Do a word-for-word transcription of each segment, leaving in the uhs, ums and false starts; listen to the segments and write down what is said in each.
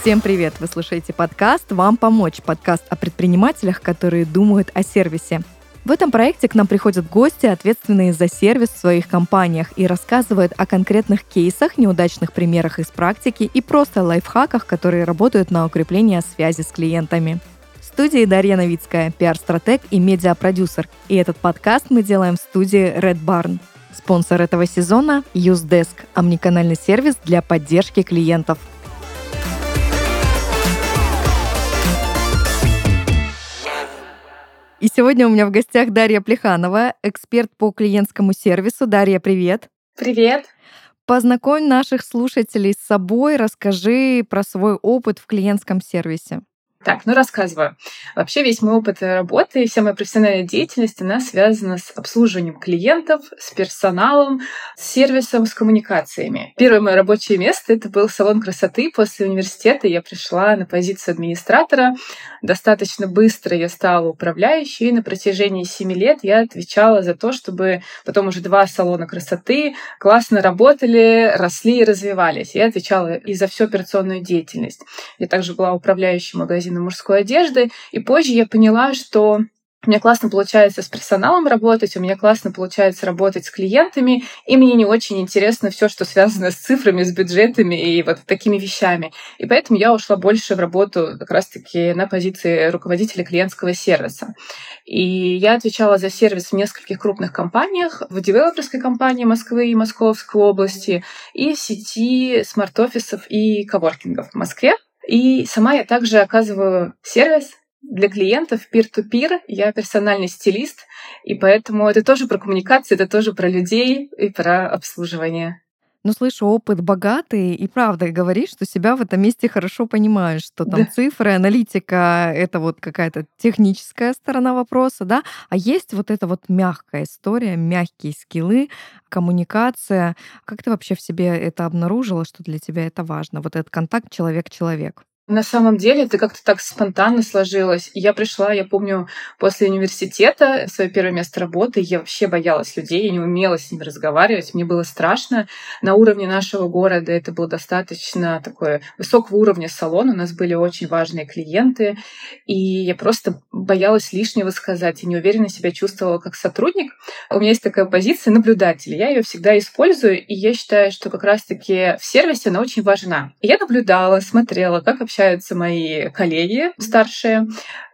Всем привет! Вы слушаете подкаст «Вам помочь» — подкаст о предпринимателях, которые думают о сервисе. В этом проекте к нам приходят гости, ответственные за сервис в своих компаниях, и рассказывают о конкретных кейсах, неудачных примерах из практики и просто лайфхаках, которые работают на укрепление связи с клиентами. В студии Дарья Новицкая, пиар-стратег и медиапродюсер. И этот подкаст мы делаем в студии Red Barn. Спонсор этого сезона — Usedesk — омниканальный сервис для поддержки клиентов. И сегодня у меня в гостях Дарья Плеханова, эксперт по клиентскому сервису. Дарья, привет! Привет! Познакомь наших слушателей с собой, расскажи про свой опыт в клиентском сервисе. Так, ну рассказываю. Вообще весь мой опыт работы и вся моя профессиональная деятельность, она связана с обслуживанием клиентов, с персоналом, с сервисом, с коммуникациями. Первое мое рабочее место — это был салон красоты. После университета я пришла на позицию администратора. Достаточно быстро я стала управляющей, и на протяжении семи лет я отвечала за то, чтобы потом уже два салона красоты классно работали, росли и развивались. Я отвечала и за всю операционную деятельность. Я также была управляющей магазином мужской одежды. И позже я поняла, что у меня классно получается с персоналом работать, у меня классно получается работать с клиентами, и мне не очень интересно все, что связано с цифрами, с бюджетами и вот такими вещами. И поэтому я ушла больше в работу как раз-таки на позиции руководителя клиентского сервиса. И я отвечала за сервис в нескольких крупных компаниях, в девелоперской компании Москвы и Московской области, и в сети смарт-офисов и коворкингов в Москве. И сама я также оказываю сервис для клиентов peer-to-peer. Я персональный стилист, и поэтому это тоже про коммуникации, это тоже про людей и про обслуживание. Ну, слышу, опыт богатый, и правда говоришь, что себя в этом месте хорошо понимаешь, что там Да. цифры, аналитика — это вот какая-то техническая сторона вопроса, да, а есть вот эта вот мягкая история, мягкие скиллы, коммуникация. Как ты вообще в себе это обнаружила, что для тебя это важно, вот этот контакт человек-человек? На самом деле это как-то так спонтанно сложилось. Я пришла, я помню, после университета, в свое первое место работы, я вообще боялась людей, я не умела с ними разговаривать, мне было страшно. На уровне нашего города это был достаточно такой высокого уровня салон, у нас были очень важные клиенты, и я просто боялась лишнего сказать, и неуверенно себя чувствовала как сотрудник. У меня есть такая позиция наблюдателя, я ее всегда использую, и я считаю, что как раз-таки в сервисе она очень важна. И я наблюдала, смотрела, как общаются мои коллеги старшие.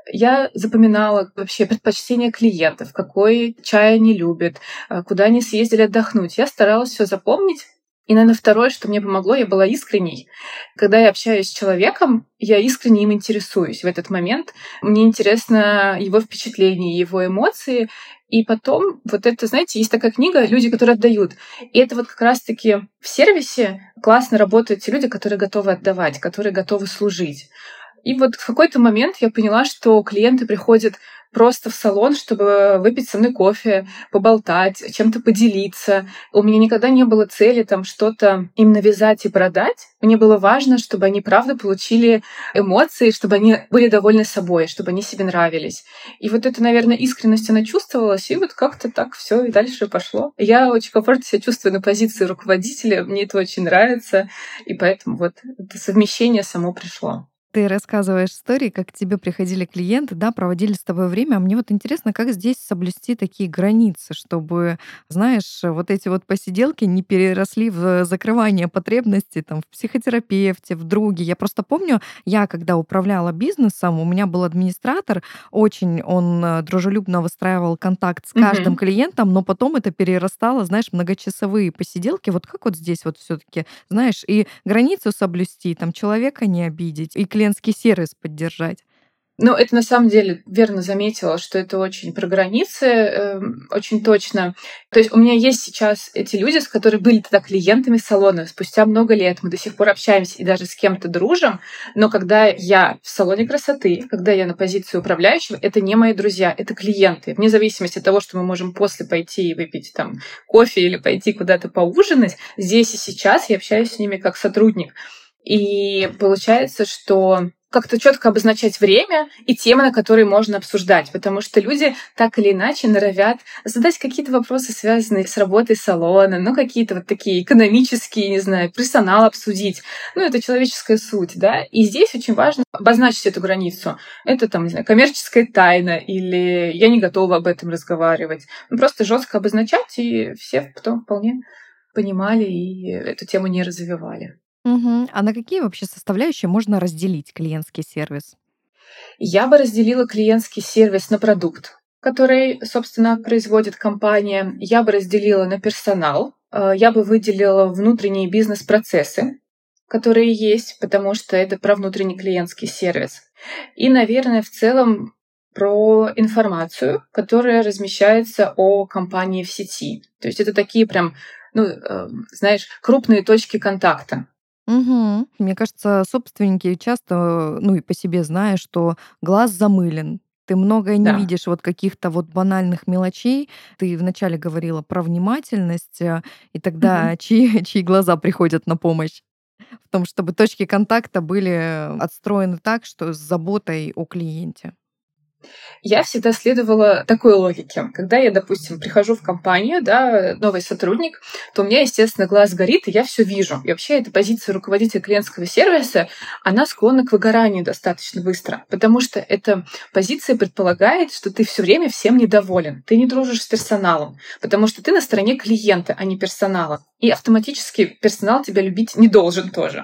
Я запоминала вообще предпочтения клиентов, какой чай они любят, куда они съездили отдохнуть. Я старалась все запомнить. И, наверное, второе, что мне помогло, я была искренней. Когда я общаюсь с человеком, я искренне им интересуюсь в этот момент. Мне интересно его впечатления, его эмоции. И потом, вот это, знаете, есть такая книга «Люди, которые отдают». И это вот как раз-таки в сервисе классно работают те люди, которые готовы отдавать, которые готовы служить. И вот в какой-то момент я поняла, что клиенты приходят просто в салон, чтобы выпить со мной кофе, поболтать, чем-то поделиться. У меня никогда не было цели там что-то им навязать и продать. Мне было важно, чтобы они правда получили эмоции, чтобы они были довольны собой, чтобы они себе нравились. И вот это, наверное, искренность, она чувствовалась, и вот как-то так все и дальше пошло. Я очень комфортно себя чувствую на позиции руководителя, мне это очень нравится, и поэтому вот это совмещение само пришло. Ты рассказываешь истории, как к тебе приходили клиенты, да, проводили с тобой время. А мне вот интересно, как здесь соблюсти такие границы, чтобы, знаешь, вот эти вот посиделки не переросли в закрывание потребностей там, в психотерапевте, в друге. Я просто помню, я когда управляла бизнесом, у меня был администратор, очень он э, дружелюбно выстраивал контакт с каждым Мгм. клиентом, но потом это перерастало, знаешь, в многочасовые посиделки. Вот как вот здесь вот все таки знаешь, и границу соблюсти, там, человека не обидеть, и клиентский сервис поддержать. Ну, это на самом деле верно заметила, что это очень про границы, эм, очень точно. То есть у меня есть сейчас эти люди, с которыми были тогда клиентами салона. Спустя много лет мы до сих пор общаемся и даже с кем-то дружим. Но когда я в салоне красоты, когда я на позиции управляющего, это не мои друзья, это клиенты. Вне зависимости от того, что мы можем после пойти и выпить там кофе или пойти куда-то поужинать, здесь и сейчас я общаюсь с ними как сотрудник. И получается, что как-то четко обозначать время и темы, на которые можно обсуждать, потому что люди так или иначе норовят задать какие-то вопросы, связанные с работой салона, ну, какие-то вот такие экономические, не знаю, персонал обсудить. Ну, это человеческая суть, да. И здесь очень важно обозначить эту границу. Это, там, не знаю, коммерческая тайна или я не готова об этом разговаривать. Ну, просто жестко обозначать, и все потом вполне понимали и эту тему не развивали. Мгм. А на какие вообще составляющие можно разделить клиентский сервис? Я бы разделила клиентский сервис на продукт, который, собственно, производит компания. Я бы разделила на персонал. Э, Я бы выделила внутренние бизнес-процессы, которые есть, потому что это про внутренний клиентский сервис. И, наверное, в целом про информацию, которая размещается о компании в сети. То есть это такие прям, ну, э, знаешь, крупные точки контакта. Мгм. Мне кажется, собственники часто, ну и по себе знаешь, что глаз замылен. Ты многое не Да. видишь вот каких-то вот банальных мелочей. Ты вначале говорила про внимательность, э, и Мгм. тогда чьи, чьи глаза приходят на помощь? В том, чтобы точки контакта были отстроены так, что с заботой о клиенте. Я всегда следовала такой логике. Когда я, допустим, прихожу в компанию, да, новый сотрудник, то у меня, естественно, глаз горит, и я все вижу. И вообще эта позиция руководителя клиентского сервиса, она склонна к выгоранию достаточно быстро, потому что эта позиция предполагает, что ты все время всем недоволен, ты не дружишь с персоналом, потому что ты на стороне клиента, а не персонала. И автоматически персонал тебя любить не должен тоже.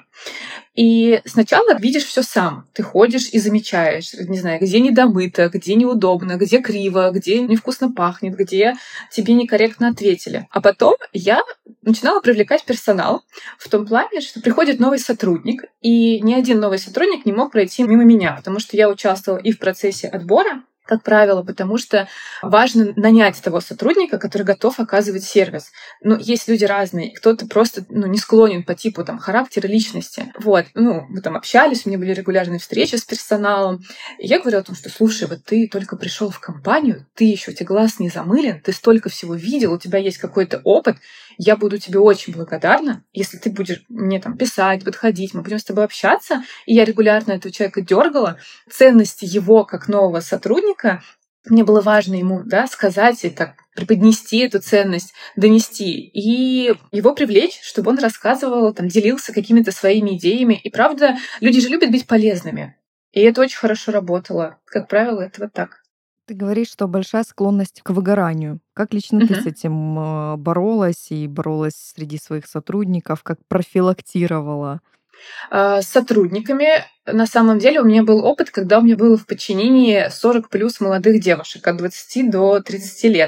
И сначала видишь все сам. Ты ходишь и замечаешь, не знаю, где недомыто, где неудобно, где криво, где невкусно пахнет, где тебе некорректно ответили. А потом я начинала привлекать персонал в том плане, что приходит новый сотрудник, и ни один новый сотрудник не мог пройти мимо меня, потому что я участвовала и в процессе отбора, как правило, потому что важно нанять того сотрудника, который готов оказывать сервис. Но есть люди разные. Кто-то просто ну, не склонен по типу там, характера, личности. Вот. Ну, мы там общались, у меня были регулярные встречи с персоналом. И я говорю о том, что, слушай, вот ты только пришел в компанию, ты еще, у тебя глаз не замылен, ты столько всего видел, у тебя есть какой-то опыт, я буду тебе очень благодарна, если ты будешь мне там писать, подходить, мы будем с тобой общаться. И я регулярно этого человека дергала. Ценности его как нового сотрудника мне было важно ему да, сказать и так преподнести эту ценность, донести и его привлечь, чтобы он рассказывал, там, делился какими-то своими идеями. И правда, люди же любят быть полезными. И это очень хорошо работало. Как правило, это вот так. Ты говоришь, что большая склонность к выгоранию. Как лично ты с Мгм. этим э, боролась и боролась среди своих сотрудников, как профилактировала? А, С сотрудниками на самом деле у меня был опыт, когда у меня было в подчинении сорок плюс молодых девушек от двадцати до тридцати лет.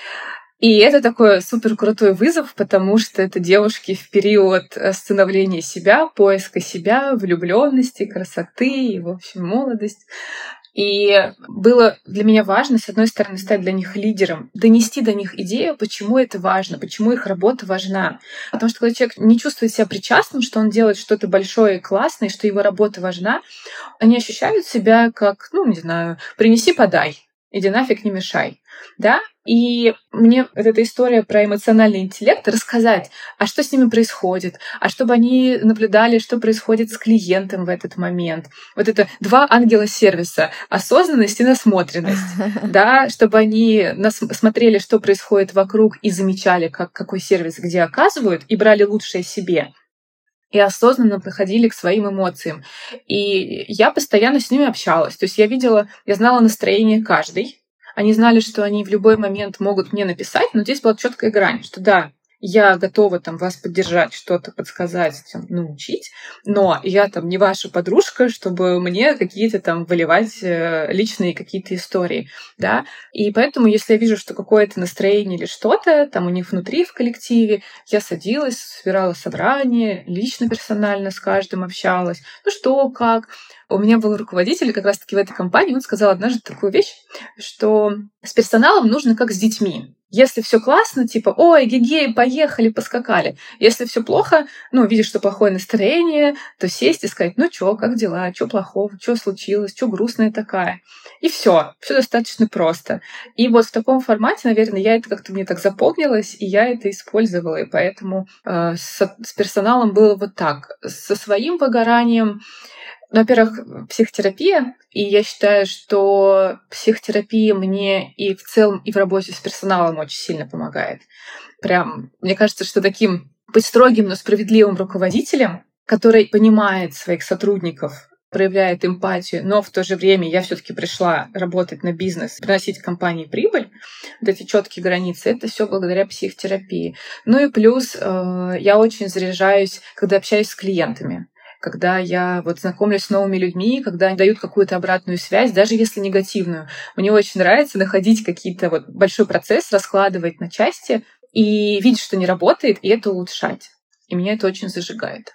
И это такой супер крутой вызов, потому что это девушки в период э, становления себя, поиска себя, влюбленности, красоты и, в общем, молодость. И было для меня важно, с одной стороны, стать для них лидером, донести до них идею, почему это важно, почему их работа важна. Потому что когда человек не чувствует себя причастным, что он делает что-то большое и классное, что его работа важна, они ощущают себя как, ну, не знаю, принеси, подай, иди нафиг, не мешай. Да? И мне вот эта история про эмоциональный интеллект рассказать, а что с ними происходит, а чтобы они наблюдали, что происходит с клиентом в этот момент. Вот это два ангела сервиса — осознанность и насмотренность. Да? Чтобы они нас смотрели, что происходит вокруг, и замечали, как, какой сервис где оказывают, и брали лучшее себе. И осознанно подходили к своим эмоциям. И я постоянно с ними общалась. То есть я видела, я знала настроение каждой. Они знали, что они в любой момент могут мне написать, но здесь была четкая грань, что да, я готова там вас поддержать, что-то подсказать, там, научить, но я там не ваша подружка, чтобы мне какие-то там выливать э, личные какие-то истории, да. И поэтому, если я вижу, что какое-то настроение или что-то там у них внутри в коллективе, я садилась, собирала собрание, лично, персонально с каждым общалась. Ну что, как? У меня был руководитель как раз-таки в этой компании, он сказал однажды такую вещь, что с персоналом нужно как с детьми. Если все классно, типа, ой, гегей, поехали, поскакали. Если все плохо, ну, видишь, что плохое настроение, то сесть и сказать, ну чё, как дела, чё плохого, чё случилось, чё грустная такая. И все, все достаточно просто. И вот в таком формате, наверное, я это как-то мне так запомнилось, и я это использовала. И поэтому э, с, с персоналом было вот так. Со своим выгоранием Ну, во-первых, психотерапия, и я считаю, что психотерапия мне и в целом, и в работе с персоналом очень сильно помогает. Прям, мне кажется, что таким быть строгим, но справедливым руководителем, который понимает своих сотрудников, проявляет эмпатию, но в то же время я все-таки пришла работать на бизнес, приносить компании прибыль, вот эти четкие границы, это все благодаря психотерапии. Ну и плюс э, я очень заряжаюсь, когда общаюсь с клиентами, когда я вот знакомлюсь с новыми людьми, когда они дают какую-то обратную связь, даже если негативную. Мне очень нравится находить какие-то вот большой процесс, раскладывать на части и видеть, что не работает, и это улучшать. И меня это очень зажигает.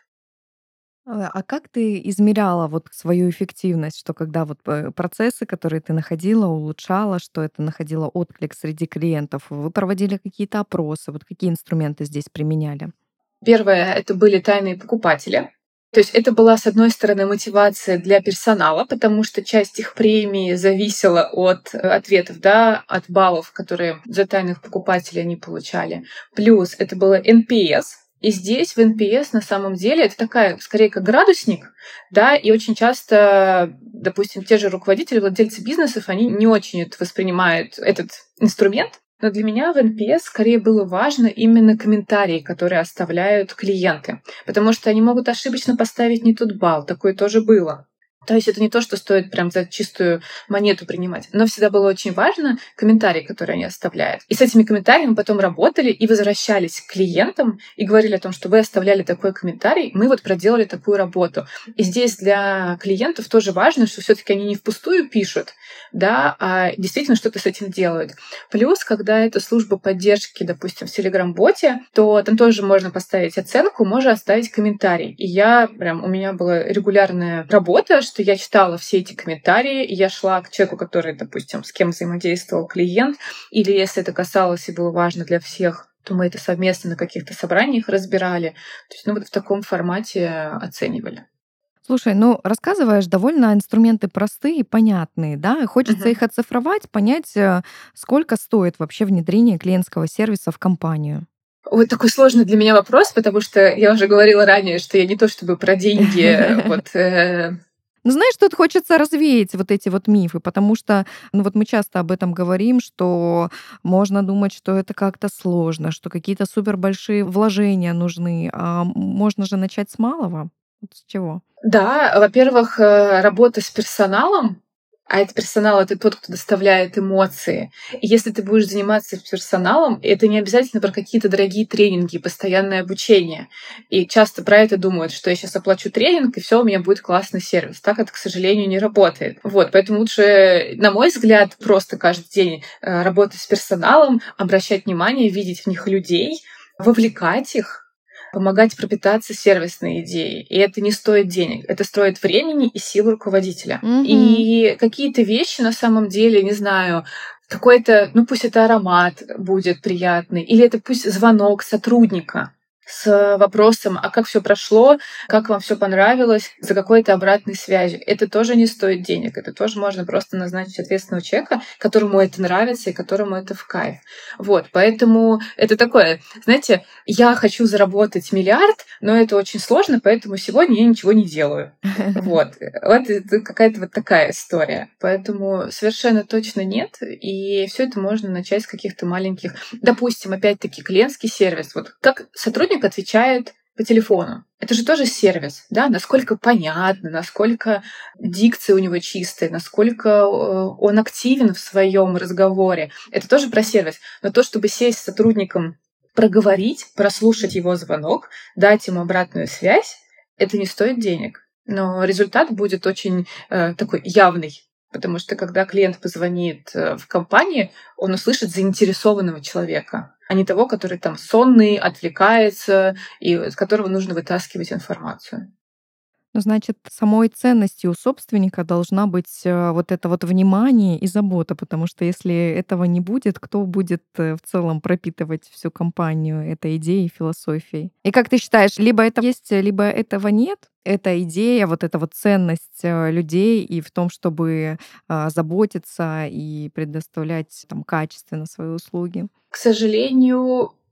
А а как ты измеряла вот свою эффективность, что когда вот э, процессы, которые ты находила, улучшала, что это находило отклик среди клиентов? Вы проводили какие-то опросы? Вот какие инструменты здесь применяли? Первое — это были тайные покупатели. То есть это была, с одной стороны, мотивация для персонала, потому что часть их премии зависела от э, ответов, да, от баллов, которые за тайных покупателей они получали. Плюс это было эн пи эс. И здесь в эн пи эс на самом деле это такая, скорее, как градусник, да, и очень часто, допустим, те же руководители, владельцы бизнесов, они не очень это воспринимают этот инструмент. Но для меня в эн пи эс скорее было важно именно комментарии, которые оставляют клиенты, потому что они могут ошибочно поставить не тот балл, такое тоже было. То есть это не то, что стоит прям за чистую монету принимать. Но всегда было очень важно комментарии, которые они оставляют. И с этими комментариями мы потом работали и возвращались к клиентам и говорили о том, что вы оставляли такой комментарий, мы вот проделали такую работу. И здесь для клиентов тоже важно, что все-таки они не впустую пишут, да, а действительно что-то с этим делают. Плюс, когда это служба поддержки, допустим, в Telegram-боте, то там тоже можно поставить оценку, можно оставить комментарий. И я прям, у меня была регулярная работа, что я читала все эти комментарии, и я шла к человеку, который, допустим, с кем взаимодействовал клиент, или если это касалось и было важно для всех, то мы это совместно на каких-то собраниях разбирали. То есть, ну, вот в таком формате оценивали. Слушай, ну рассказываешь довольно инструменты простые и понятные, да? И хочется Мгм. их оцифровать, понять, э, сколько стоит вообще внедрение клиентского сервиса в компанию. Вот такой сложный для меня вопрос, потому что я уже говорила ранее, что я не то чтобы про деньги, вот, э, Ну, знаешь, тут хочется развеять вот эти вот мифы, потому что, ну, вот мы часто об этом говорим, что можно думать, что это как-то сложно, что какие-то супер большие вложения нужны, а можно же начать с малого. Вот с чего? Да, во-первых, э, работа с персоналом, а этот персонал — это тот, кто доставляет эмоции. И если ты будешь заниматься с персоналом, это не обязательно про какие-то дорогие тренинги, постоянное обучение. И часто про это думают, что я сейчас оплачу тренинг, и все, у меня будет классный сервис. Так это, к сожалению, не работает. Вот, поэтому лучше, на мой взгляд, просто каждый день э, работать с персоналом, обращать внимание, видеть в них людей, вовлекать их, помогать пропитаться сервисной идеей. И это не стоит денег. Это стоит времени и сил руководителя. Мгм. И какие-то вещи на самом деле, не знаю, какой-то, ну пусть это аромат будет приятный, или это пусть звонок сотрудника с вопросом, а как все прошло, как вам все понравилось, за какой-то обратной связью. Это тоже не стоит денег. Это тоже можно просто назначить ответственного человека, которому это нравится и которому это в кайф. Вот, поэтому это такое, знаете, я хочу заработать миллиард, но это очень сложно, поэтому сегодня я ничего не делаю. Вот, вот это какая-то вот такая история. Поэтому совершенно точно нет, и все это можно начать с каких-то маленьких, допустим, опять-таки клиентский сервис. Вот как сотрудник отвечает по телефону. Это же тоже сервис, да, насколько понятно, насколько дикция у него чистая, насколько э, он активен в своем разговоре. Это тоже про сервис. Но то, чтобы сесть с сотрудником, проговорить, прослушать его звонок, дать ему обратную связь, это не стоит денег. Но результат будет очень э, такой явный. Потому что когда клиент позвонит э, в компанию, он услышит заинтересованного человека, а не того, который там сонный, отвлекается, и из которого нужно вытаскивать информацию. Ну, значит, самой ценностью у собственника должна быть э, вот это вот внимание и забота, потому что если этого не будет, кто будет э, в целом пропитывать всю компанию этой идеей и философией? И как ты считаешь, либо это есть, либо этого нет? Эта идея, вот эта вот ценность э, людей и в том, чтобы а, заботиться и предоставлять там качественно свои услуги. К сожалению,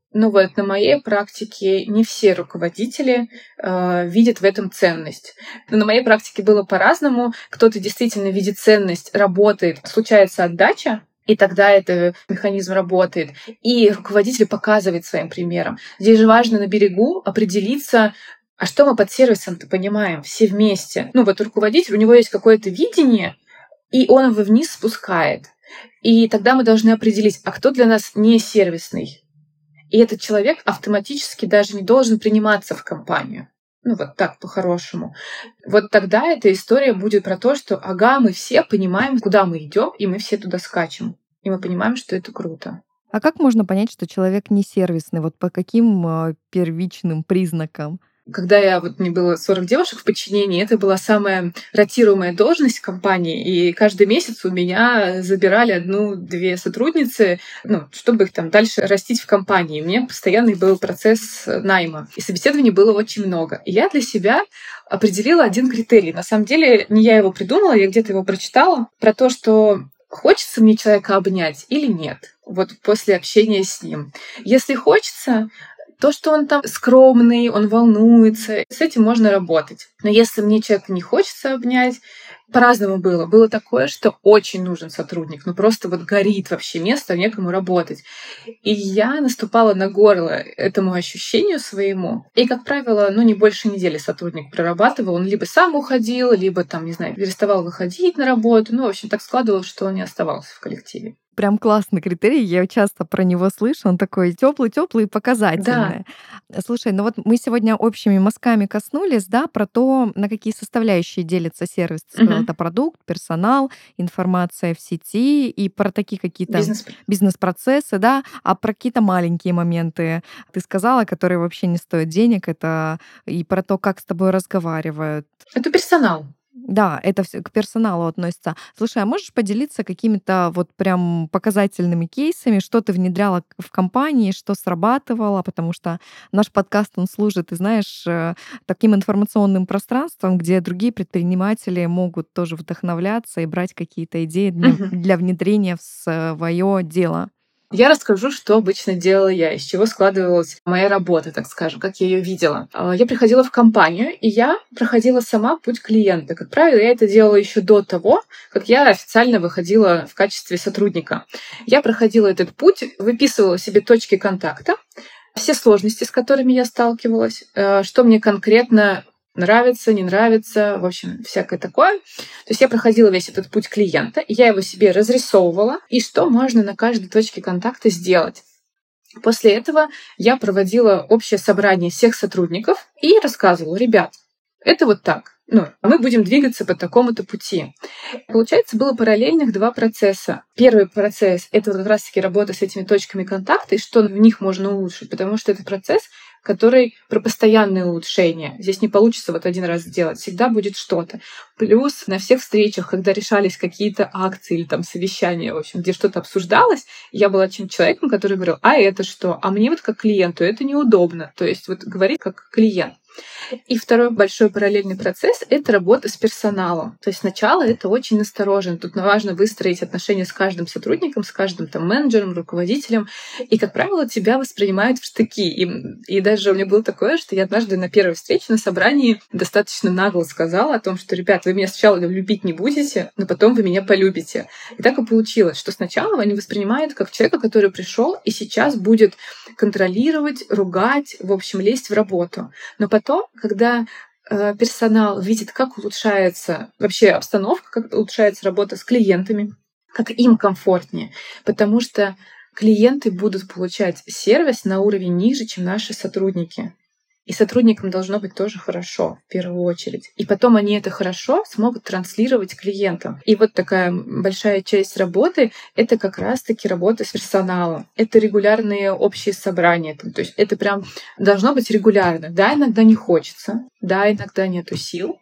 Ну вот на моей практике не все руководители э, видят в этом ценность. Но на моей практике было по-разному. Кто-то действительно видит ценность, работает, случается отдача, и тогда этот механизм работает. И руководитель показывает своим примером. Здесь же важно на берегу определиться, а что мы под сервисом-то понимаем все вместе. Ну вот руководитель, у него есть какое-то видение, и он его вниз спускает. И тогда мы должны определить, а кто для нас не сервисный. И этот человек автоматически даже не должен приниматься в компанию. Ну вот так по-хорошему. Вот тогда эта история будет про то, что ага, мы все понимаем, куда мы идем, и мы все туда скачем. И мы понимаем, что это круто. А как можно понять, что человек не сервисный? Вот по каким э, первичным признакам? Когда я, вот мне было сорок девушек в подчинении, это была самая ротируемая должность в компании, и каждый месяц у меня забирали одну-две сотрудницы, ну, чтобы их там дальше растить в компании. У меня постоянный был процесс найма, и собеседований было очень много. И я для себя определила один критерий. На самом деле, не я его придумала, я где-то его прочитала, про то, что хочется мне человека обнять или нет, вот после общения с ним. Если хочется, то, что он там скромный, он волнуется, с этим можно работать. Но если мне человека не хочется обнять, по-разному было. Было такое, что очень нужен сотрудник, ну просто вот горит вообще место, некому работать. И я наступала на горло этому ощущению своему. И, как правило, ну не больше недели сотрудник прорабатывал. Он либо сам уходил, либо там, не знаю, переставал выходить на работу. Ну, в общем, так складывалось, что он не оставался в коллективе. Прям классный критерий, я часто про него слышу, он такой теплый-теплый и показательный. Да. Слушай, ну вот мы сегодня общими мазками коснулись, да, про то, на какие составляющие делится сервис. Ты сказала, Мгм. это продукт, персонал, информация в сети и про такие какие-то Бизнес. бизнес-процессы, да, а про какие-то маленькие моменты ты сказала, которые вообще не стоят денег, это и про то, как с тобой разговаривают. Это персонал. Да, это всё к персоналу относится. Слушай, а можешь поделиться какими-то вот прям показательными кейсами, что ты внедряла к в компании, что срабатывало? Потому что наш подкаст, он служит, ты знаешь, э, таким информационным пространством, где другие предприниматели могут тоже вдохновляться и брать какие-то идеи дня Мгм. для внедрения в своё дело. Я расскажу, что обычно делала я, из чего складывалась моя работа, так скажем, как я ее видела. А, Я приходила в компанию, и я проходила сама путь клиента. Как правило, я это делала еще до того, как я официально выходила в качестве сотрудника. Я проходила этот путь, выписывала себе точки контакта, все сложности, с которыми я сталкивалась, э, что мне конкретно нравится, не нравится, в общем, всякое такое. То есть я проходила весь этот путь клиента, и я его себе разрисовывала, и что можно на каждой точке контакта сделать. После этого я проводила общее собрание всех сотрудников и рассказывала: ребят, это вот так. Ну, мы будем двигаться по такому-то пути. Получается, было параллельных два процесса. Первый процесс — это вот как раз-таки работа с этими точками контакта, и что в них можно улучшить, потому что это процесс, который про постоянное улучшение. Здесь не получится вот один раз сделать, всегда будет что-то. Плюс на всех встречах, когда решались какие-то акции или там совещания, в общем, где что-то обсуждалось, я была тем человеком, который говорил: а это что? А мне вот как клиенту это неудобно. То есть вот говорить как клиент. И второй большой параллельный процесс — это работа с персоналом. То есть сначала это очень настороженно. Тут важно выстроить отношения с каждым сотрудником, с каждым там менеджером, руководителем. И, как правило, тебя воспринимают в штыки. И, и даже у меня было такое, что я однажды на первой встрече, на собрании достаточно нагло сказала о том, что, ребят, вы меня сначала любить не будете, но потом вы меня полюбите. И так и получилось, что сначала они воспринимают как человека, который пришел и сейчас будет контролировать, ругать, в общем, лезть в работу. Но потом, когда э, персонал видит, как улучшается вообще обстановка, как улучшается работа с клиентами, как им комфортнее, потому что клиенты будут получать сервис на уровень ниже, чем наши сотрудники. И сотрудникам должно быть тоже хорошо, в первую очередь. И потом они это хорошо смогут транслировать клиентам. И вот такая большая часть работы — это как раз-таки работа с персоналом. Это регулярные общие собрания. То есть это прям должно быть регулярно. Да, иногда не хочется, да, иногда нету сил,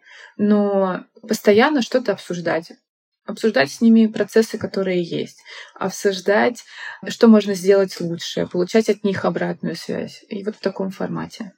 но постоянно что-то обсуждать. Обсуждать с ними процессы, которые есть, обсуждать, что можно сделать лучше, получать от них обратную связь. И вот в таком формате.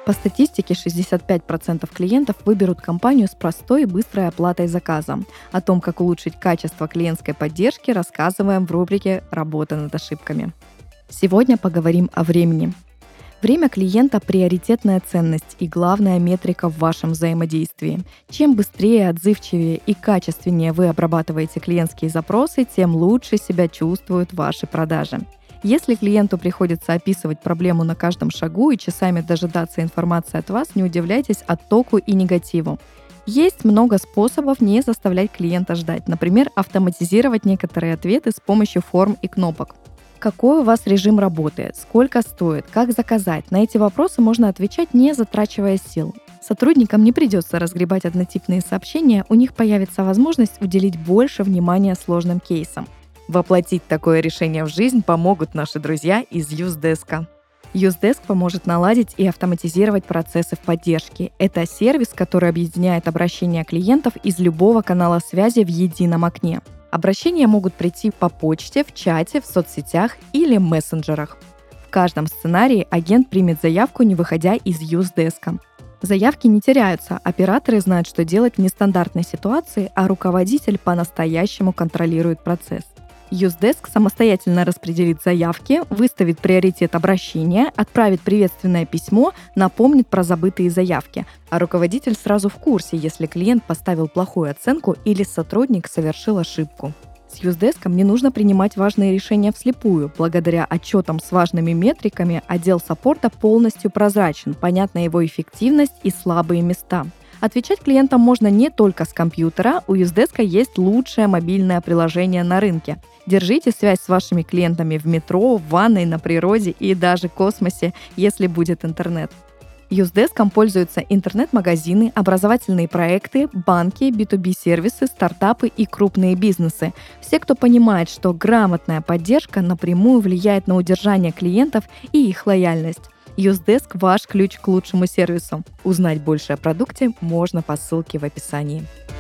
По статистике, шестьдесят пять процентов клиентов выберут компанию с простой и быстрой оплатой заказа. О том, как улучшить качество клиентской поддержки, рассказываем в рубрике «Работа над ошибками». Сегодня поговорим о времени. Время клиента – приоритетная ценность и главная метрика в вашем взаимодействии. Чем быстрее, отзывчивее и качественнее вы обрабатываете клиентские запросы, тем лучше себя чувствуют ваши продажи. Если клиенту приходится описывать проблему на каждом шагу и часами дожидаться информации от вас, не удивляйтесь оттоку и негативу. Есть много способов не заставлять клиента ждать, например, автоматизировать некоторые ответы с помощью форм и кнопок. Какой у вас режим работы, сколько стоит, как заказать? На эти вопросы можно отвечать, не затрачивая сил. Сотрудникам не придется разгребать однотипные сообщения, у них появится возможность уделить больше внимания сложным кейсам. Воплотить такое решение в жизнь помогут наши друзья из Юздеска. Юздеск поможет наладить и автоматизировать процессы в поддержке. Это сервис, который объединяет обращения клиентов из любого канала связи в едином окне. Обращения могут прийти по почте, в чате, в соцсетях или мессенджерах. В каждом сценарии агент примет заявку, не выходя из Юздеска. Заявки не теряются, операторы знают, что делать в нестандартной ситуации, а руководитель по-настоящему контролирует процесс. Юздеск самостоятельно распределит заявки, выставит приоритет обращения, отправит приветственное письмо, напомнит про забытые заявки, а руководитель сразу в курсе, если клиент поставил плохую оценку или сотрудник совершил ошибку. С Юздеском не нужно принимать важные решения вслепую. Благодаря отчетам с важными метриками отдел саппорта полностью прозрачен, понятна его эффективность и слабые места. Отвечать клиентам можно не только с компьютера, у Юздеска есть лучшее мобильное приложение на рынке. Держите связь с вашими клиентами в метро, в ванной, на природе и даже в космосе, если будет интернет. Юздеском пользуются интернет-магазины, образовательные проекты, банки, би ту би-сервисы, стартапы и крупные бизнесы. Все, кто понимает, что грамотная поддержка напрямую влияет на удержание клиентов и их лояльность. Юздеск – ваш ключ к лучшему сервису. Узнать больше о продукте можно по ссылке в описании.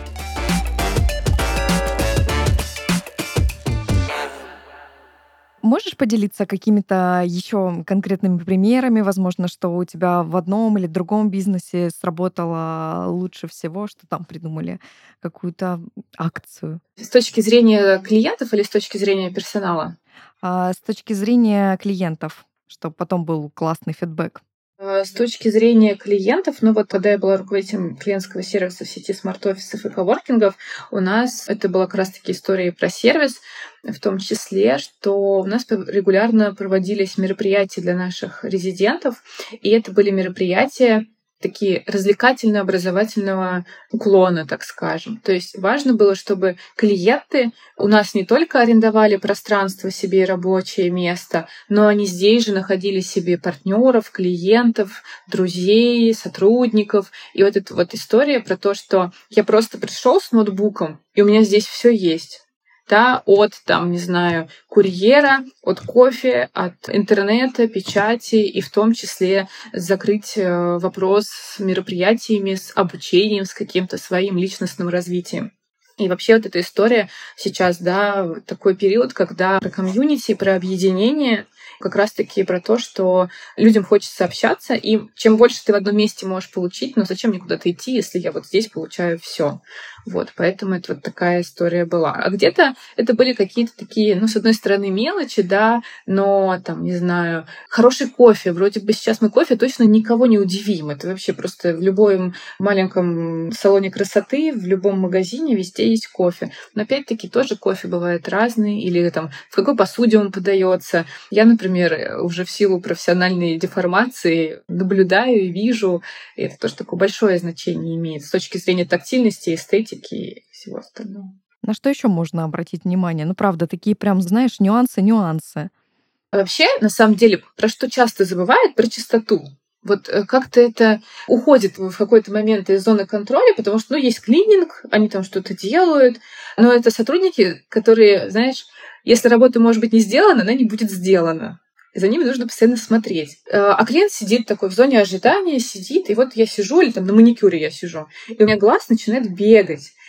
Можешь поделиться какими-то еще конкретными примерами, возможно, что у тебя в одном или другом бизнесе сработало лучше всего, что там придумали какую-то акцию? С точки зрения клиентов или с точки зрения персонала? А, с точки зрения клиентов, чтобы потом был классный фидбэк. С точки зрения клиентов, ну вот когда я была руководителем клиентского сервиса в сети смарт-офисов и коворкингов, у нас это была как раз-таки история про сервис, в том числе, что у нас регулярно проводились мероприятия для наших резидентов, и это были мероприятия такие развлекательно-образовательного уклона, так скажем. То есть важно было, чтобы клиенты у нас не только арендовали пространство себе и рабочее место, но они здесь же находили себе партнеров, клиентов, друзей, сотрудников. И вот эта вот история про то, что я просто пришел с ноутбуком, и у меня здесь все есть. Да, от, там, не знаю, курьера, от кофе, от интернета, печати, и в том числе закрыть вопрос с мероприятиями, с обучением, с каким-то своим личностным развитием. И вообще вот эта история сейчас, да, такой период, когда про комьюнити, про объединение, как раз-таки про то, что людям хочется общаться, и чем больше ты в одном месте можешь получить, ну зачем мне куда-то идти, если я вот здесь получаю все. Вот, поэтому это вот такая история была. А где-то это были какие-то такие, ну, с одной стороны, мелочи, да, но, там, не знаю, хороший кофе. Вроде бы сейчас мы кофе точно никого не удивим. Это вообще просто в любом маленьком салоне красоты, в любом магазине везде есть кофе. Но, опять-таки, тоже кофе бывает разный, или там в какой посуде он подается. Я, например, уже в силу профессиональной деформации наблюдаю и вижу, и это тоже такое большое значение имеет с точки зрения тактильности, эстетики, и всего остального. На что еще можно обратить внимание? Ну, правда, такие прям, знаешь, нюансы-нюансы. Вообще, на самом деле, про что часто забывают, про чистоту. Вот как-то это уходит в какой-то момент из зоны контроля, потому что, ну, есть клининг, они там что-то делают, но это сотрудники, которые, знаешь, если работа может быть не сделана, она не будет сделана. И за ними нужно постоянно смотреть. А клиент сидит такой в зоне ожидания, сидит, и вот я сижу, или там на маникюре я сижу, и у меня глаз начинает бегать.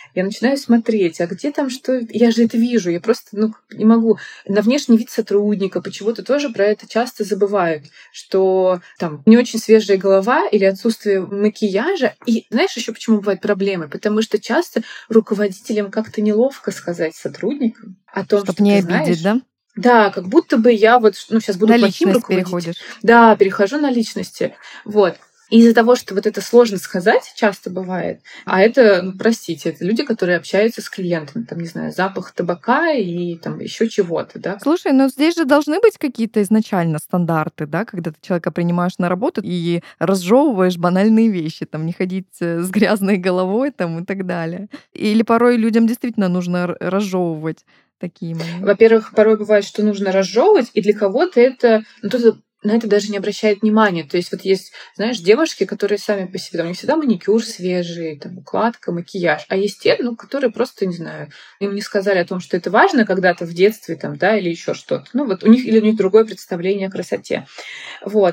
Я начинаю смотреть, а где там что? Я же это вижу, я просто ну, не могу. На внешний вид сотрудника почему-то тоже про это часто забывают, что там не очень свежая голова или отсутствие макияжа. И знаешь еще почему бывают проблемы? Потому что часто руководителям как-то неловко сказать сотрудникам о том, Чтоб что не ты обидеть, знаешь. Да? Да, как будто бы я вот ну, сейчас буду На плохим личность руководителем. переходишь. Да, перехожу на личности. Вот. И из-за того, что вот это сложно сказать, часто бывает, а это, ну, простите, это люди, которые общаются с клиентами, там, не знаю, запах табака и там еще чего-то, да. Слушай, но здесь же должны быть какие-то изначально стандарты, да, когда ты человека принимаешь на работу и разжевываешь банальные вещи, там, не ходить с грязной головой там, и так далее. Или порой людям действительно нужно р- разжевывать такие моменты. Во-первых, порой бывает, что нужно разжевывать, и для кого-то это, ну, кто-то на это даже не обращает внимания. То есть вот есть, знаешь, девушки, которые сами по себе, там не всегда маникюр свежий, там укладка, макияж, а есть те, ну, которые просто, не знаю, им не сказали о том, что это важно когда-то в детстве, там, да, или еще что-то. Ну, вот у них или у них другое представление о красоте. Вот.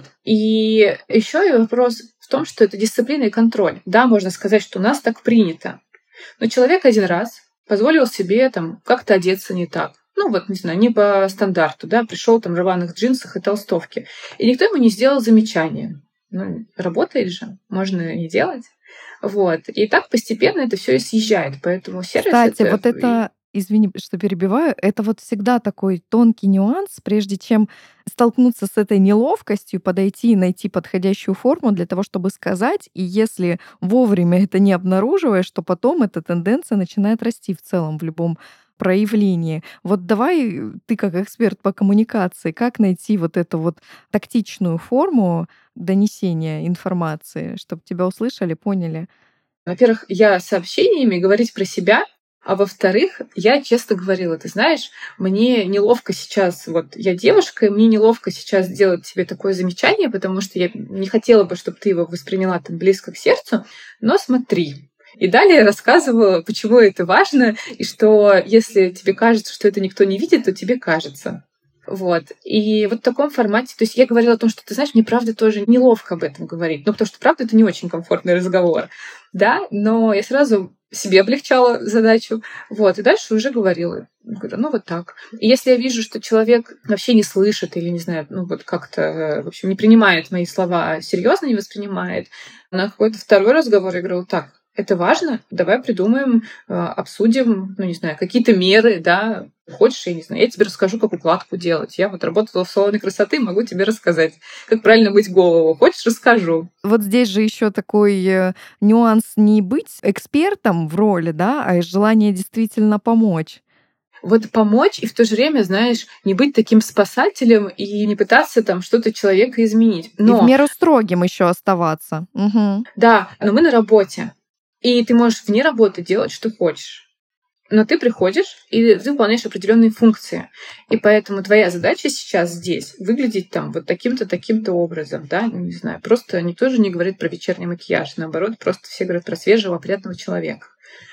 И еще и вопрос в том, что это дисциплина и контроль. Да, можно сказать, что у нас так принято. Но человек один раз позволил себе там как-то одеться не так. Ну вот, не знаю, не по стандарту, да, пришел там в рваных джинсах и толстовке. И никто ему не сделал замечания. Ну, работает же, можно не делать. Вот. И так постепенно это все и съезжает. Поэтому сервис Кстати, это... вот это, извини, что перебиваю, это вот всегда такой тонкий нюанс, прежде чем столкнуться с этой неловкостью, подойти и найти подходящую форму для того, чтобы сказать. И если вовремя это не обнаруживаешь, то потом эта тенденция начинает расти в целом в любом проявлении. Вот давай ты как эксперт по коммуникации, как найти вот эту вот тактичную форму донесения информации, чтобы тебя услышали, поняли? Во-первых, я сообщениями говорить про себя, а во-вторых, я честно говорила, ты знаешь, мне неловко сейчас, вот я девушка, и мне неловко сейчас сделать тебе такое замечание, потому что я не хотела бы, чтобы ты его восприняла так близко к сердцу, но смотри. И далее я рассказывала, почему это важно, и что если тебе кажется, что это никто не видит, то тебе кажется. Вот. И вот в таком формате, то есть я говорила о том, что, ты знаешь, мне правда тоже неловко об этом говорить, ну, потому что, правда, это не очень комфортный разговор, да, но я сразу себе облегчала задачу, вот, и дальше уже говорила. Говорю, ну, вот так. И если я вижу, что человек вообще не слышит или, не знаю, ну, вот как-то, в общем, не принимает мои слова, серьезно не воспринимает, на какой-то второй разговор я говорю, так, это важно, давай придумаем, обсудим, ну, не знаю, какие-то меры, да, хочешь, я не знаю, я тебе расскажу, как укладку делать. Я вот работала в салоне красоты, могу тебе рассказать, как правильно мыть голову. Хочешь, расскажу. Вот здесь же еще такой нюанс не быть экспертом в роли, да, а желание действительно помочь. Вот помочь и в то же время, знаешь, не быть таким спасателем и не пытаться там что-то человека изменить. Но... И в меру строгим еще оставаться. Угу. Да, но мы на работе. И ты можешь вне работы делать, что хочешь. Но ты приходишь, и ты выполняешь определенные функции. И поэтому твоя задача сейчас здесь выглядеть там вот таким-то, таким-то образом, да, не знаю. Просто никто же не говорит про вечерний макияж. Наоборот, просто все говорят про свежего, опрятного человека.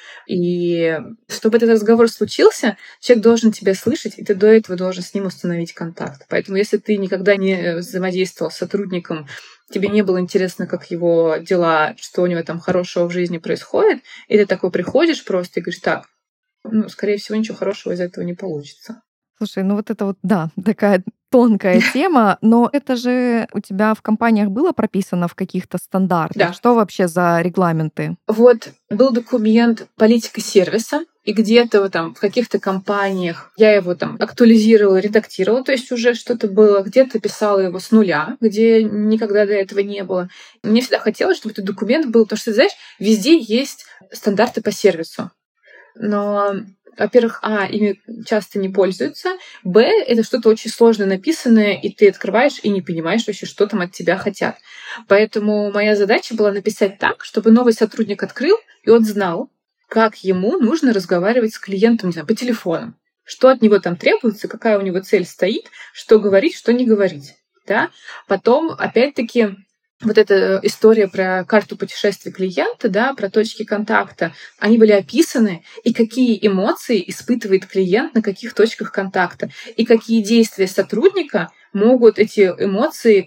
И чтобы этот разговор случился, человек должен тебя слышать, и ты до этого должен с ним установить контакт. Поэтому если ты никогда не взаимодействовал с сотрудником, тебе не было интересно, как его дела, что у него там хорошего в жизни происходит, и ты такой приходишь просто и говоришь, так, ну, скорее всего, ничего хорошего из этого не получится. Слушай, ну вот это вот, да, такая тонкая тема, но это же у тебя в компаниях было прописано в каких-то стандартах? Да. Что вообще за регламенты? Вот был документ «Политика сервиса», и где-то вот там в каких-то компаниях я его там актуализировала, редактировала, то есть уже что-то было, где-то писала его с нуля, где никогда до этого не было. Мне всегда хотелось, чтобы этот документ был, потому что, знаешь, везде есть стандарты по сервису. Но, во-первых, а, ими часто не пользуются, б, это что-то очень сложно написанное, и ты открываешь и не понимаешь вообще, что там от тебя хотят. Поэтому моя задача была написать так, чтобы новый сотрудник открыл, и он знал, как ему нужно разговаривать с клиентом, не знаю, по телефону, что от него там требуется, какая у него цель стоит, что говорить, что не говорить. Да? Потом, опять-таки, вот эта история про карту путешествий клиента, да, про точки контакта, они были описаны, и какие эмоции испытывает клиент на каких точках контакта, и какие действия сотрудника могут эти эмоции там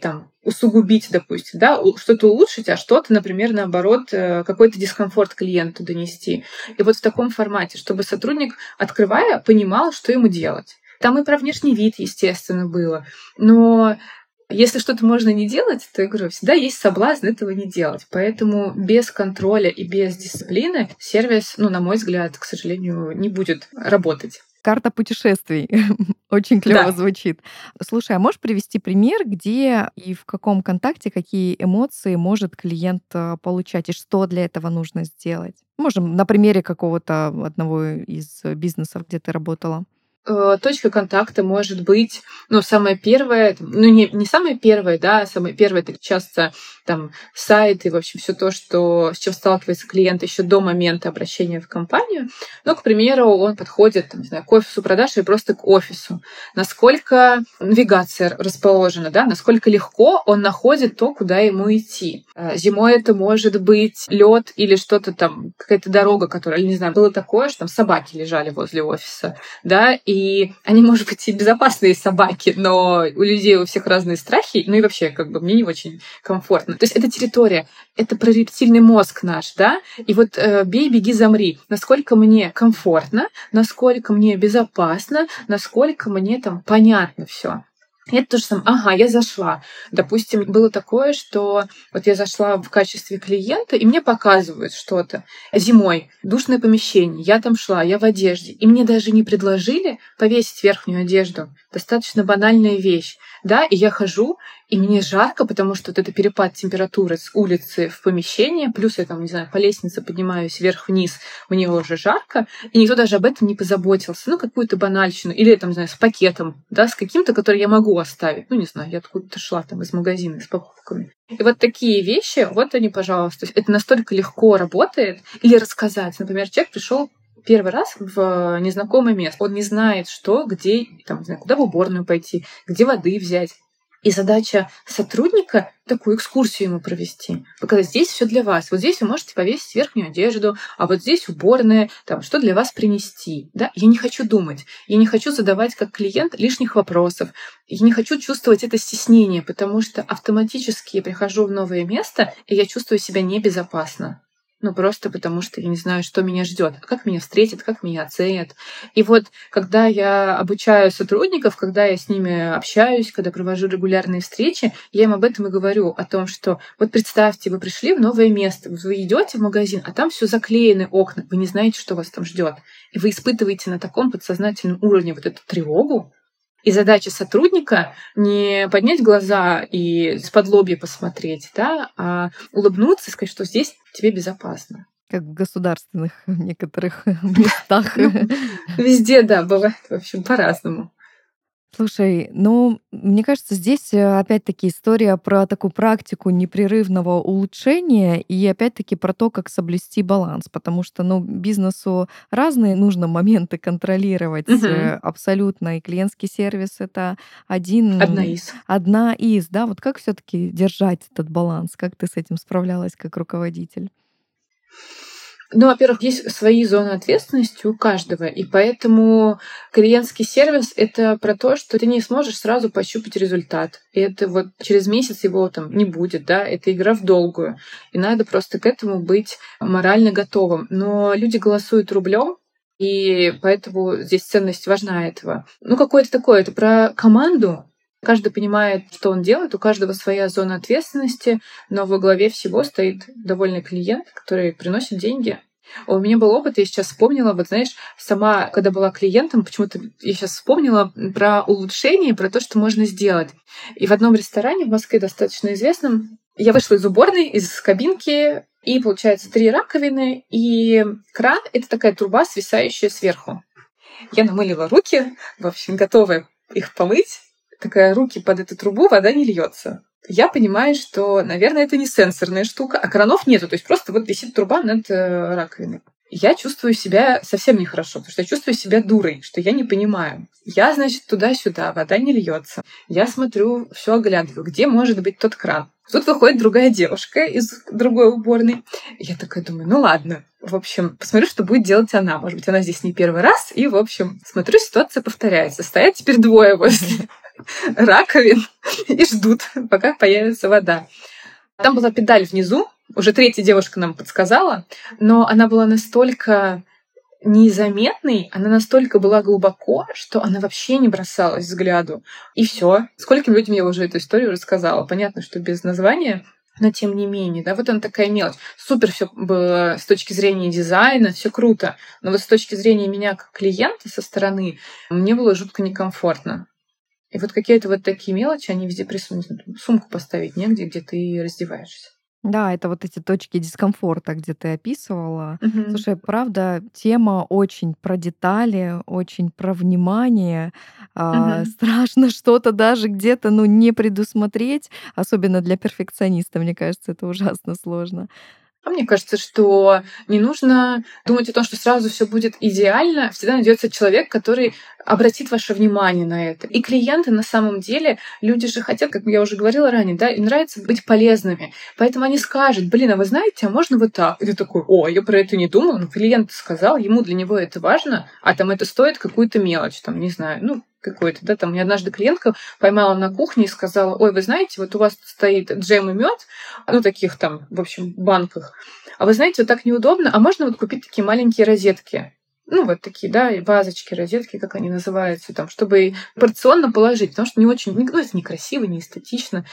усугубить, допустим, да, что-то улучшить, а что-то, например, наоборот, какой-то дискомфорт клиенту донести. И вот в таком формате, чтобы сотрудник, открывая, понимал, что ему делать. Там и про внешний вид, естественно, было. Но если что-то можно не делать, то, я говорю, всегда есть соблазн этого не делать. Поэтому без контроля и без дисциплины сервис, ну, на мой взгляд, к сожалению, не будет работать. Карта путешествий. Очень клево Да. звучит. Слушай, а можешь привести пример, где и в каком контакте какие эмоции может клиент получать, и что для этого нужно сделать? Можем на примере какого-то одного из бизнесов, где ты работала. Точка контакта может быть, ну, самое первое, ну, не, не самое первое, да, самое первое, это часто там сайт и, в общем, все то, что, с чем сталкивается клиент еще до момента обращения в компанию. Ну, к примеру, он подходит, там, не знаю, к офису продаж или просто к офису. Насколько навигация расположена, да, насколько легко он находит то, куда ему идти. Зимой это может быть лед или что-то там, какая-то дорога, которая, не знаю, было такое, что там собаки лежали возле офиса, да, и И они, может быть, и безопасные собаки, но у людей у всех разные страхи, ну и вообще, как бы, мне не очень комфортно. То есть это территория, это про рептильный мозг наш, да? И вот э, бей, беги, замри. Насколько мне комфортно, насколько мне безопасно, насколько мне там понятно все. И это то же самое. Ага, я зашла. Допустим, было такое, что вот я зашла в качестве клиента, и мне показывают что-то. Зимой, душное помещение, я там шла, я в одежде. И мне даже не предложили повесить верхнюю одежду. Достаточно банальная вещь. Да, и я хожу, и мне жарко, потому что вот это перепад температуры с улицы в помещение, плюс я там, не знаю, по лестнице поднимаюсь вверх-вниз, мне уже жарко, и никто даже об этом не позаботился. Ну, какую-то банальщину. Или, там, не знаю, с пакетом, да, с каким-то, который я могу оставить. Ну, не знаю, я откуда-то шла там из магазина с покупками. И вот такие вещи, вот они, пожалуйста. Это настолько легко работает. Или рассказать. Например, человек пришел первый раз в незнакомое место. Он не знает, что, где, там, не знаю, куда в уборную пойти, где воды взять. И задача сотрудника такую экскурсию ему провести. Показать, здесь все для вас. Вот здесь вы можете повесить верхнюю одежду, а вот здесь уборная, там, что для вас принести. Да? Я не хочу думать. Я не хочу задавать как клиент лишних вопросов. Я не хочу чувствовать это стеснение, потому что автоматически я прихожу в новое место, и я чувствую себя небезопасно. Ну, просто потому что я не знаю, что меня ждет, как меня встретят, как меня оценят. И вот, когда я обучаю сотрудников, когда я с ними общаюсь, когда провожу регулярные встречи, я им об этом и говорю, о том, что вот представьте, вы пришли в новое место, вы идете в магазин, а там все заклеены окна, вы не знаете, что вас там ждет. И вы испытываете на таком подсознательном уровне вот эту тревогу. И задача сотрудника не поднять глаза и с-под-лобья посмотреть, да, а улыбнуться и сказать, что здесь тебе безопасно. Как в государственных некоторых местах. Везде, да, бывает, в общем, по-разному. Слушай, ну, мне кажется, здесь опять-таки история про такую практику непрерывного улучшения и опять-таки про то, как соблюсти баланс, потому что, ну, бизнесу разные нужно моменты контролировать Угу. абсолютно, и клиентский сервис — это один... Одна из. Одна из, да, вот как все-таки держать этот баланс, как ты с этим справлялась как руководитель? Ну, во-первых, есть свои зоны ответственности у каждого, и поэтому клиентский сервис — это про то, что ты не сможешь сразу пощупать результат. И это вот через месяц его там не будет, да, это игра в долгую. И надо просто к этому быть морально готовым. Но люди голосуют рублем, и поэтому здесь ценность важна этого. Ну, какое-то такое, это про команду. Каждый понимает, что он делает, у каждого своя зона ответственности, но во главе всего стоит довольный клиент, который приносит деньги. У меня был опыт, я сейчас вспомнила, вот знаешь, сама, когда была клиентом, почему-то я сейчас вспомнила про улучшение, про то, что можно сделать. И в одном ресторане в Москве достаточно известном я вышла из уборной, из кабинки, и, получается, три раковины, и кран — это такая труба, свисающая сверху. Я намылила руки, в общем, готовая их помыть. Такая, руки под эту трубу, вода не льется. Я понимаю, что, наверное, это не сенсорная штука, а кранов нету, то есть просто вот висит труба над э, раковиной. Я чувствую себя совсем нехорошо, потому что я чувствую себя дурой, что я не понимаю. Я, значит, туда-сюда, вода не льется. Я смотрю, все оглядываю, где может быть тот кран. Тут выходит другая девушка из другой уборной. Я такая думаю, ну ладно. В общем, посмотрю, что будет делать она. Может быть, она здесь не первый раз. И, в общем, смотрю, ситуация повторяется. Стоят теперь двое возле раковин и ждут, пока появится вода. Там была педаль внизу, уже третья девушка нам подсказала, но она была настолько незаметной, она настолько была глубоко, что она вообще не бросалась взгляду. И все. Скольким людям я уже эту историю рассказала. Понятно, что без названия, но тем не менее, да, вот она такая мелочь. Супер все было с точки зрения дизайна, все круто. Но вот с точки зрения меня как клиента со стороны, мне было жутко некомфортно. И вот какие-то вот такие мелочи, они везде присутствуют. Сумку поставить негде, где ты раздеваешься. Да, это вот эти точки дискомфорта, где ты описывала. Мгм. Слушай, правда, тема очень про детали, очень про внимание. А, Мгм. страшно что-то даже где-то, ну, не предусмотреть, особенно для перфекциониста, мне кажется, это ужасно сложно. А мне кажется, что не нужно думать о том, что сразу все будет идеально. Всегда найдется человек, который обратит ваше внимание на это. И клиенты на самом деле, люди же хотят, как я уже говорила ранее, да, им нравится быть полезными. Поэтому они скажут: блин, а вы знаете, а можно вот так? И ты такой: о, я про это не думал. Но клиент сказал, ему для него это важно, а там это стоит какую-то мелочь, там, не знаю, ну, какой-то, да, там, мне однажды клиентка поймала на кухне и сказала: ой, вы знаете, вот у вас тут стоит джем и мед, ну, таких там, в общем, банках, а вы знаете, вот так неудобно, а можно вот купить такие маленькие розетки? Ну, вот такие, да, и вазочки, розетки, как они называются, там, чтобы порционно положить, потому что не очень, ну, это некрасиво, не эстетично,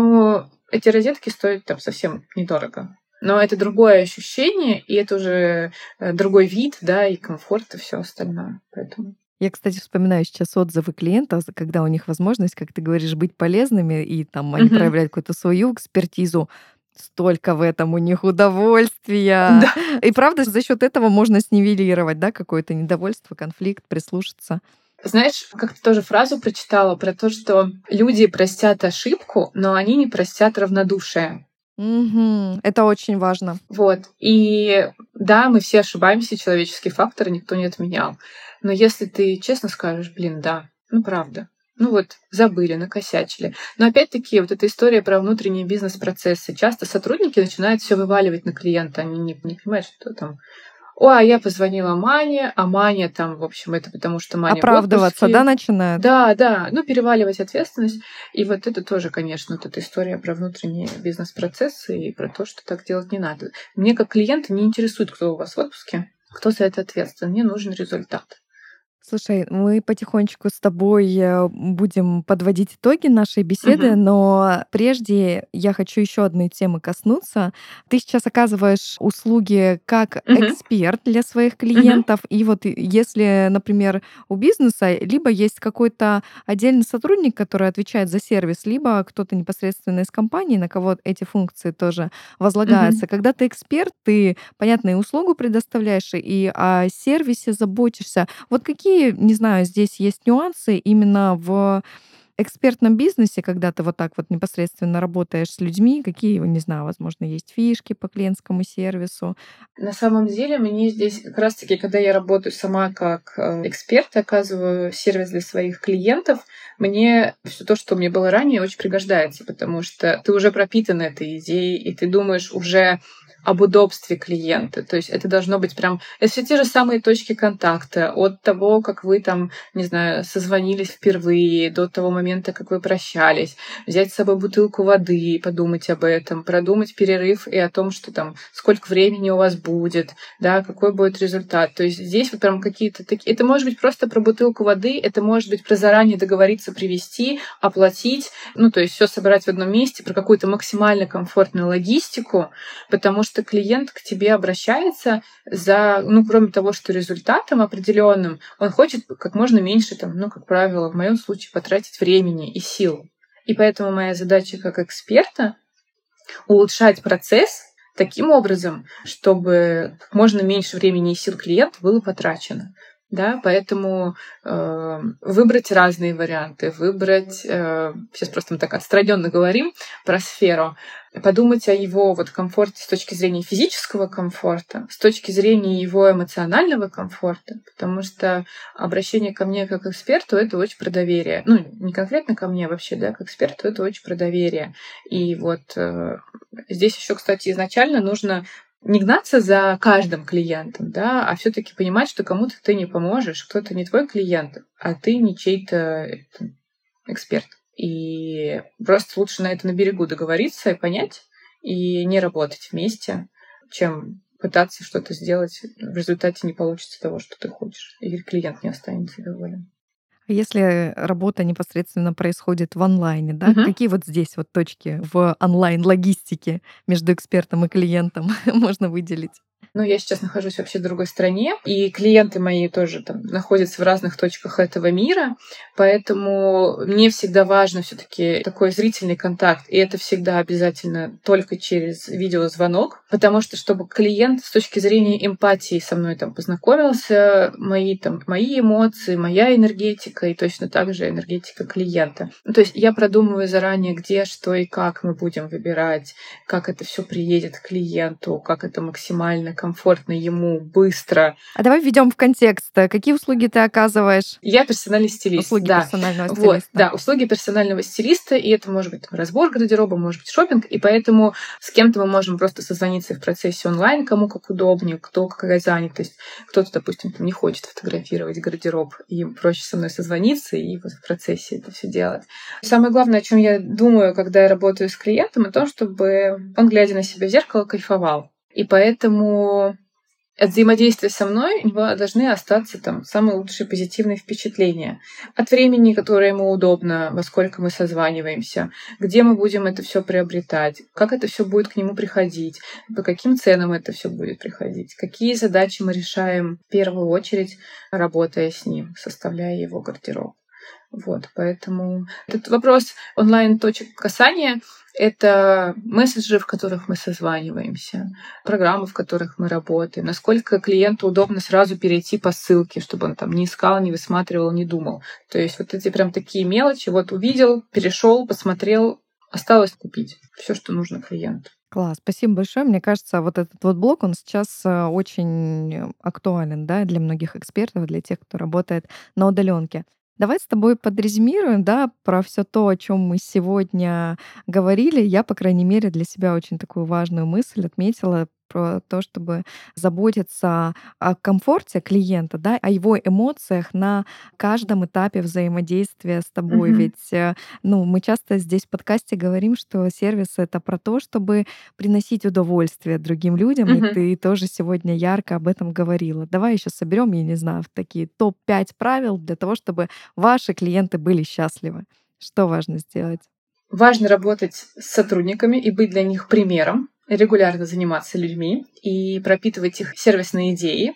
но эти розетки стоят там совсем недорого. Но это другое ощущение, и это уже э, другой вид, да, и комфорт, и все остальное. Поэтому... Я, кстати, вспоминаю сейчас отзывы клиентов, когда у них возможность, как ты говоришь, быть полезными, и там они Мгм. проявляют какую-то свою экспертизу. Столько в этом у них удовольствия. Да. И правда, за счет этого можно снивелировать, да, какое-то недовольство, конфликт, прислушаться. Знаешь, как-то тоже фразу прочитала про то, что люди простят ошибку, но они не простят равнодушие. Мгм. Это очень важно. Вот. И да, мы все ошибаемся, человеческий фактор никто не отменял. Но если ты честно скажешь: блин, да, ну правда, ну вот забыли, накосячили. Но опять-таки вот эта история про внутренние бизнес-процессы. Часто сотрудники начинают все вываливать на клиента. Они не, не понимают, что там: ой, а я позвонила Мане, а Маня там, в общем, это потому что Маня в Оправдываться, да, отпуске. начинают? Да, да, ну, переваливать ответственность. И вот это тоже, конечно, вот эта история про внутренние бизнес-процессы и про то, что так делать не надо. Мне как клиента не интересует, кто у вас в отпуске, кто за это ответственен. Мне нужен результат. Слушай, мы потихонечку с тобой э, будем подводить итоги нашей беседы, Мгм. но прежде я хочу еще одной темы коснуться. Ты сейчас оказываешь услуги как Мгм. эксперт для своих Мгм. клиентов, и вот и если, например, у бизнеса либо есть какой-то отдельный сотрудник, который отвечает за сервис, либо кто-то непосредственно из компании, на кого эти функции тоже Мгм. возлагаются. Когда ты эксперт, ты, понятно, и услугу предоставляешь, и о сервисе заботишься. Вот какие, не знаю, здесь есть нюансы именно в экспертном бизнесе, когда ты вот так вот непосредственно работаешь с людьми, какие, не знаю, возможно, есть фишки по клиентскому сервису? На самом деле, мне здесь как раз-таки, когда я работаю сама как э, эксперт, оказываю сервис для своих клиентов, мне все то, что мне было ранее, очень пригождается, потому что ты уже пропитан этой идеей, и ты думаешь уже об удобстве клиента. То есть это должно быть прям... Это все те же самые точки контакта. От того, как вы там, не знаю, созвонились впервые, до того момента, как вы прощались. Взять с собой бутылку воды, подумать об этом, продумать перерыв и о том, что там, сколько времени у вас будет, да, какой будет результат. То есть здесь вот прям какие-то такие... Это может быть просто про бутылку воды, это может быть про заранее договориться привезти, оплатить, ну, то есть все собрать в одном месте, про какую-то максимально комфортную логистику, потому что клиент к тебе обращается за, ну, кроме того, что результатом определенным, он хочет как можно меньше, там, ну, как правило, в моем случае, потратить времени и сил. И поэтому моя задача как эксперта — улучшать процесс таким образом, чтобы как можно меньше времени и сил клиента было потрачено. Да, поэтому э, выбрать разные варианты, выбрать, э, сейчас просто мы так отстраненно говорим про сферу, подумать о его вот комфорте с точки зрения физического комфорта, с точки зрения его эмоционального комфорта, потому что обращение ко мне как эксперту — это очень про доверие. Ну, не конкретно ко мне вообще, да, как эксперту — это очень про доверие. И вот э, здесь еще, кстати, изначально нужно не гнаться за каждым клиентом, да, а все-таки понимать, что кому-то ты не поможешь, кто-то не твой клиент, а ты не чей-то эксперт. И просто лучше на это на берегу договориться и понять, и не работать вместе, чем пытаться что-то сделать, в результате не получится того, что ты хочешь, и клиент не останется доволен. Если работа непосредственно происходит в онлайне, да, Мгм. какие вот здесь вот точки в онлайн-логистике между экспертом и клиентом можно выделить? Ну, я сейчас нахожусь вообще в другой стране, и клиенты мои тоже там находятся в разных точках этого мира, поэтому мне всегда важно все-таки такой зрительный контакт, и это всегда обязательно только через видеозвонок, потому что чтобы клиент с точки зрения эмпатии со мной там познакомился, мои там мои эмоции, моя энергетика и точно так же энергетика клиента. Ну, то есть я продумываю заранее, где, что и как мы будем выбирать, как это все приедет к клиенту, как это максимально комфортно ему, быстро. А давай введем в контекст. Какие услуги ты оказываешь? Я персональный стилист. Услуги да. персонального Вот, стилиста. да, услуги персонального стилиста, и это может быть там, разбор гардероба, может быть шопинг, и поэтому с кем-то мы можем просто созвониться в процессе онлайн, кому как удобнее, кто какая занятость. Кто-то, допустим, там, не хочет фотографировать гардероб, им проще со мной созвониться и вот в процессе это все делать. Самое главное, о чем я думаю, когда я работаю с клиентом, о том, чтобы он, глядя на себя в зеркало, кайфовал. И поэтому от взаимодействия со мной у него должны остаться там самые лучшие позитивные впечатления. От времени, которое ему удобно, во сколько мы созваниваемся, где мы будем это все приобретать, как это все будет к нему приходить, по каким ценам это все будет приходить, какие задачи мы решаем в первую очередь, работая с ним, составляя его гардероб. Вот, поэтому этот вопрос онлайн-точек касания — это мессенджеры, в которых мы созваниваемся, программы, в которых мы работаем, насколько клиенту удобно сразу перейти по ссылке, чтобы он там не искал, не высматривал, не думал. То есть вот эти прям такие мелочи, вот увидел, перешел, посмотрел, осталось купить все, что нужно клиенту. Класс, спасибо большое. Мне кажется, вот этот вот блок, он сейчас э, очень актуален, да, для многих экспертов, для тех, кто работает на удаленке. Давай с тобой подрезюмируем, да, про все то, о чем мы сегодня говорили. Я, по крайней мере, для себя очень такую важную мысль отметила про то, чтобы заботиться о комфорте клиента, да, о его эмоциях на каждом этапе взаимодействия с тобой. Мгм. Ведь, э, ну, мы часто здесь в подкасте говорим, что сервис — это про то, чтобы приносить удовольствие другим людям, и Мгм. ты тоже сегодня ярко об этом говорила. Давай еще соберем, я не знаю, в такие топ пять правил для того, чтобы ваши клиенты были счастливы. Что важно сделать? Важно работать с сотрудниками и быть для них примером, регулярно заниматься людьми и пропитывать их сервисные идеи.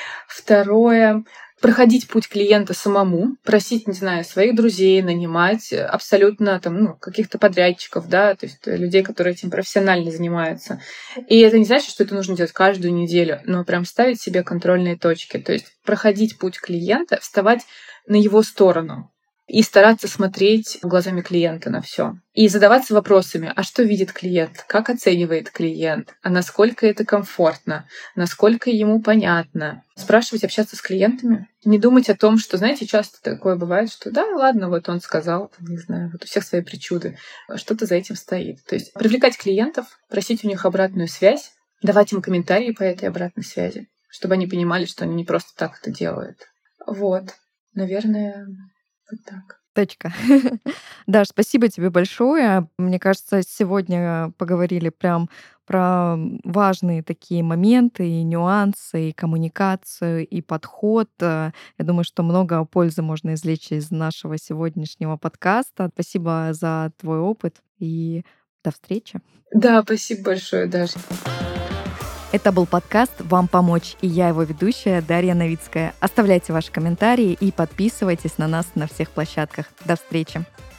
Второе — проходить путь клиента самому, просить, не знаю, своих друзей, нанимать абсолютно там, ну, каких-то подрядчиков, да, то есть людей, которые этим профессионально занимаются. И это не значит, что это нужно делать каждую неделю, но прям ставить себе контрольные точки, то есть проходить путь клиента, вставать на его сторону и стараться смотреть глазами клиента на все. И задаваться вопросами, а что видит клиент, как оценивает клиент, а насколько это комфортно, насколько ему понятно. Спрашивать, общаться с клиентами. Не думать о том, что, знаете, часто такое бывает, что да, ладно, вот он сказал, там, не знаю, вот у всех свои причуды, что-то за этим стоит. То есть привлекать клиентов, просить у них обратную связь, давать им комментарии по этой обратной связи, чтобы они понимали, что они не просто так это делают. Вот, наверное, вот так. Точка. Даш, спасибо тебе большое. Мне кажется, сегодня поговорили прям про важные такие моменты и нюансы, и коммуникацию, и подход. Э, Я думаю, что много пользы можно извлечь из нашего сегодняшнего подкаста. Спасибо за твой опыт и до встречи. Да, спасибо большое, Даша. Это был подкаст «Вам помочь», и я его ведущая Дарья Новицкая. Оставляйте ваши комментарии и подписывайтесь на нас на всех площадках. До встречи!